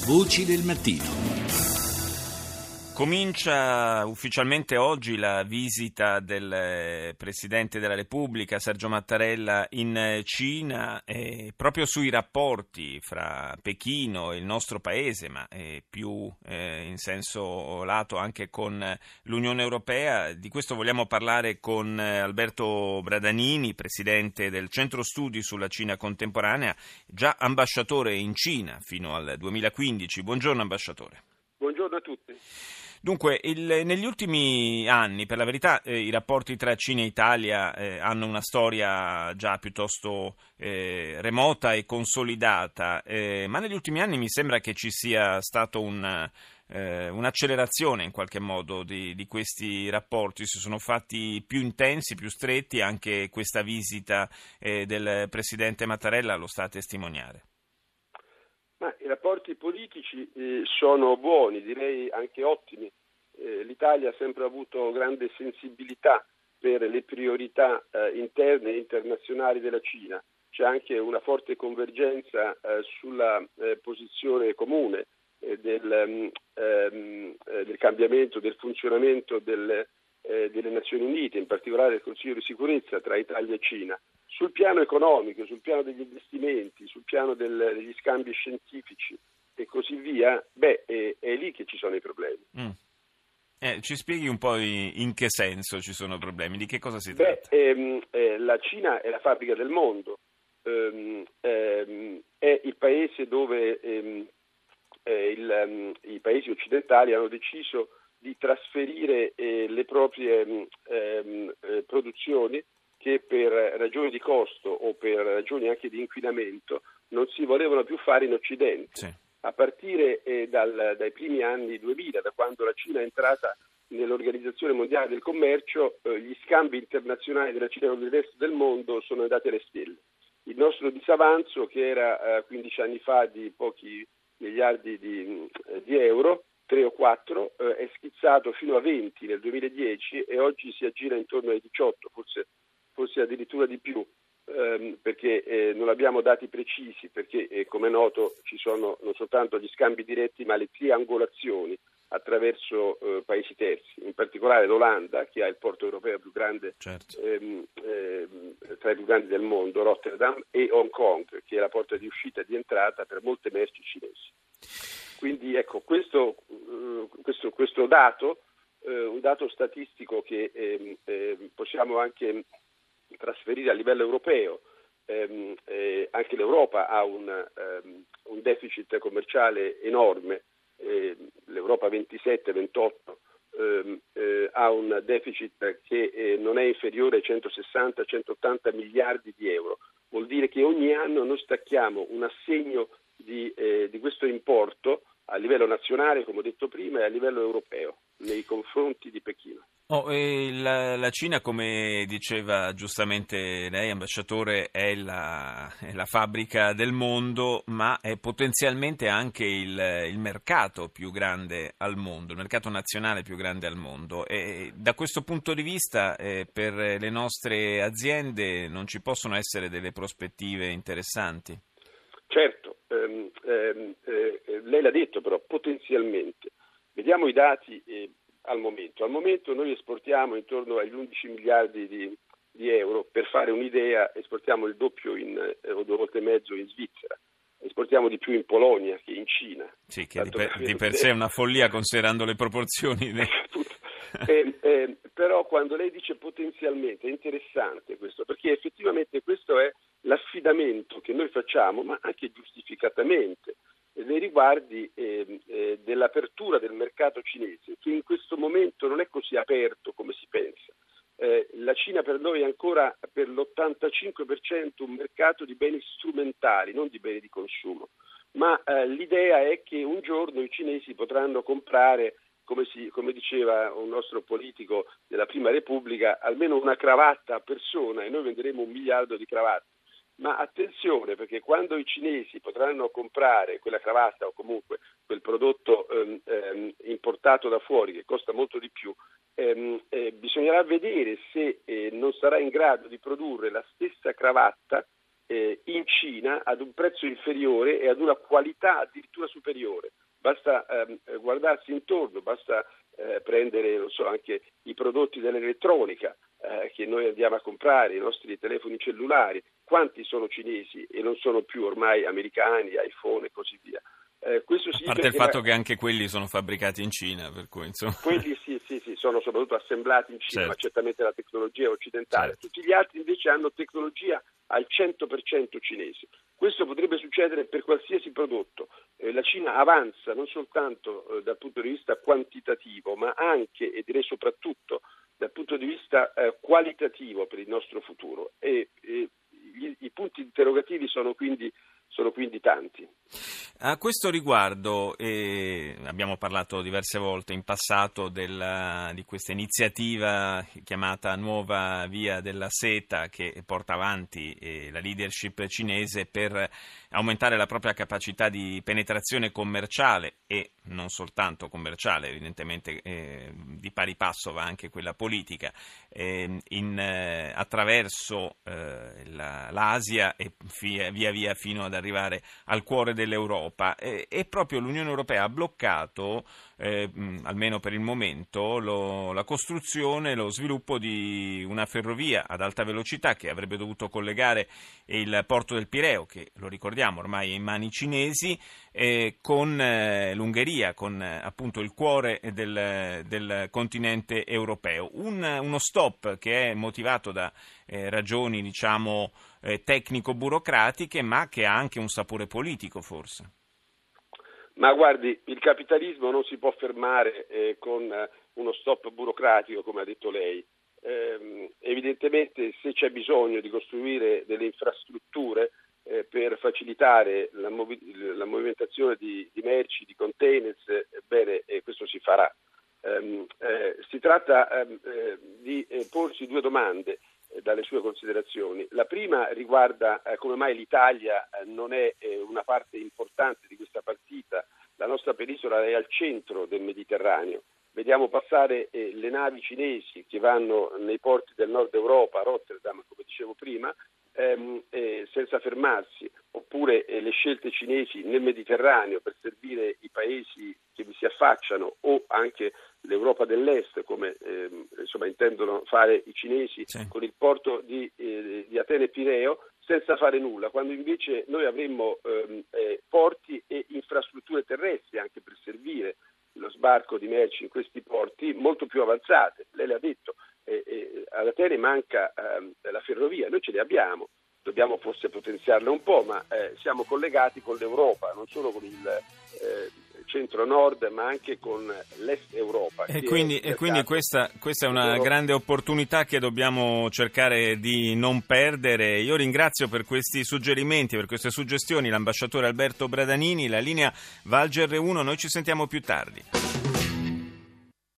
Voci del mattino. Comincia ufficialmente oggi la visita del Presidente della Repubblica, Sergio Mattarella, in Cina, proprio sui rapporti fra Pechino e il nostro Paese, ma più in senso lato anche con l'Unione Europea. Di questo vogliamo parlare con Alberto Bradanini, Presidente del Centro Studi sulla Cina Contemporanea, già ambasciatore in Cina fino al 2015. Buongiorno ambasciatore. Buongiorno a tutti. Dunque, negli ultimi anni, per la verità, i rapporti tra Cina e Italia hanno una storia già piuttosto remota e consolidata, ma negli ultimi anni mi sembra che ci sia stato un'accelerazione in qualche modo di questi rapporti, si sono fatti più intensi, più stretti, anche questa visita del Presidente Mattarella lo sta a testimoniare. Ma i rapporti politici sono buoni, direi anche ottimi. L'Italia ha sempre avuto grande sensibilità per le priorità interne e internazionali della Cina. C'è anche una forte convergenza sulla posizione comune del cambiamento, del funzionamento delle Nazioni Unite, in particolare del Consiglio di sicurezza tra Italia e Cina. Sul piano economico, sul piano degli investimenti, sul piano degli scambi scientifici e così via, è lì che ci sono i problemi. Ci spieghi un po' in che senso ci sono problemi, di che cosa si tratta? La Cina è la fabbrica del mondo, è il paese dove i paesi occidentali hanno deciso di trasferire le proprie produzioni che per ragioni di costo o per ragioni anche di inquinamento non si volevano più fare in Occidente. Sì. A partire dai primi anni 2000, da quando la Cina è entrata nell'Organizzazione Mondiale del Commercio, gli scambi internazionali della Cina con il resto del mondo sono andati alle stelle. Il nostro disavanzo, che era 15 anni fa di pochi miliardi di euro, 3 o 4, è schizzato fino a 20 nel 2010 e oggi si aggira intorno ai 18, forse addirittura di più, perché non abbiamo dati precisi, perché come è noto ci sono non soltanto gli scambi diretti ma le triangolazioni attraverso paesi terzi, in particolare l'Olanda, che ha il porto europeo più grande, certo. Tra i più grandi del mondo, Rotterdam, e Hong Kong, che è la porta di uscita e di entrata per molte merci cinesi. Quindi ecco, questo dato, un dato statistico che possiamo anche trasferire a livello europeo. Anche l'Europa ha un deficit commerciale enorme, l'Europa 27-28 ha un deficit che non è inferiore ai 160-180 miliardi di euro. Vuol dire che ogni anno noi stacchiamo un assegno di questo importo a livello nazionale, come ho detto prima, e a livello europeo nei confronti di Pechino. La Cina, come diceva giustamente lei, ambasciatore, è la fabbrica del mondo, ma è potenzialmente anche il mercato più grande al mondo, il mercato nazionale più grande al mondo. E da questo punto di vista, per le nostre aziende non ci possono essere delle prospettive interessanti? Certo, lei l'ha detto però, potenzialmente. Vediamo i dati al momento. Al momento noi esportiamo intorno agli 11 miliardi di euro, per fare un'idea esportiamo il doppio o 2 volte e mezzo in Svizzera, esportiamo di più in Polonia che in Cina. Sì, che di per sé è una follia considerando le proporzioni. Però quando lei dice potenzialmente è interessante questo, perché effettivamente questo è l'affidamento che noi facciamo, ma anche giustificatamente, nei riguardi dell'apertura del mercato cinese, che in questo momento non è così aperto come si pensa. La Cina per noi è ancora per l'85% un mercato di beni strumentali, non di beni di consumo, ma l'idea è che un giorno i cinesi potranno comprare, come diceva un nostro politico della Prima Repubblica, almeno una cravatta a persona, e noi venderemo 1 miliardo di cravatte. Ma attenzione, perché quando i cinesi potranno comprare quella cravatta o comunque quel prodotto importato da fuori che costa molto di più, bisognerà vedere se non sarà in grado di produrre la stessa cravatta in Cina ad un prezzo inferiore e ad una qualità addirittura superiore. Basta guardarsi intorno, basta prendere anche i prodotti dell'elettronica che noi andiamo a comprare, i nostri telefoni cellulari, quanti sono cinesi e non sono più ormai americani, iPhone e così via. Questo a parte il fatto che anche quelli sono fabbricati in Cina, per cui insomma... Quelli sì, sono soprattutto assemblati in Cina, certo. Ma certamente la tecnologia è occidentale. Certo. Tutti gli altri invece hanno tecnologia al 100% cinese. Questo potrebbe succedere per qualsiasi prodotto. La Cina avanza non soltanto dal punto di vista quantitativo, ma anche e direi soprattutto dal punto di vista qualitativo per il nostro futuro. I punti interrogativi sono quindi tanti. A questo riguardo abbiamo parlato diverse volte in passato di questa iniziativa chiamata Nuova Via della Seta, che porta avanti la leadership cinese per aumentare la propria capacità di penetrazione commerciale e non soltanto commerciale, evidentemente di pari passo va anche quella politica, attraverso l'Asia e via via fino ad arrivare al cuore dell'Europa, e proprio l'Unione Europea ha bloccato, almeno per il momento, la costruzione e lo sviluppo di una ferrovia ad alta velocità che avrebbe dovuto collegare il porto del Pireo, che lo ricordiamo ormai è in mani cinesi, con l'Ungheria, con appunto il cuore del continente europeo. Uno stop che è motivato da ragioni, diciamo, tecnico-burocratiche, ma che ha anche un sapore politico, forse. Ma guardi, il capitalismo non si può fermare con uno stop burocratico, come ha detto lei. Evidentemente, se c'è bisogno di costruire delle infrastrutture per facilitare la movimentazione di merci, di containers, bene, questo si farà. Si tratta di porsi due domande dalle sue considerazioni. La prima riguarda come mai l'Italia non è una parte importante di questa partita. La nostra penisola è al centro del Mediterraneo. Vediamo passare le navi cinesi che vanno nei porti del nord Europa, a Rotterdam, come dicevo prima, senza fermarsi, oppure le scelte cinesi nel Mediterraneo per servire i paesi che vi si affacciano o anche l'Europa dell'Est, come intendono fare i cinesi, sì, con il porto di Atene e Pireo, senza fare nulla, quando invece noi avremmo porti e infrastrutture terrestri anche per servire lo sbarco di merci in questi porti molto più avanzate. Lei l'ha detto, ad Atene manca la ferrovia, noi ce le abbiamo, dobbiamo forse potenziarla un po', ma siamo collegati con l'Europa, non solo con il centro-nord, ma anche con l'est Europa. E quindi questa è una grande opportunità che dobbiamo cercare di non perdere. Io ringrazio per questi suggerimenti, per queste suggestioni l'ambasciatore Alberto Bradanini. La linea va al GR1, noi ci sentiamo più tardi.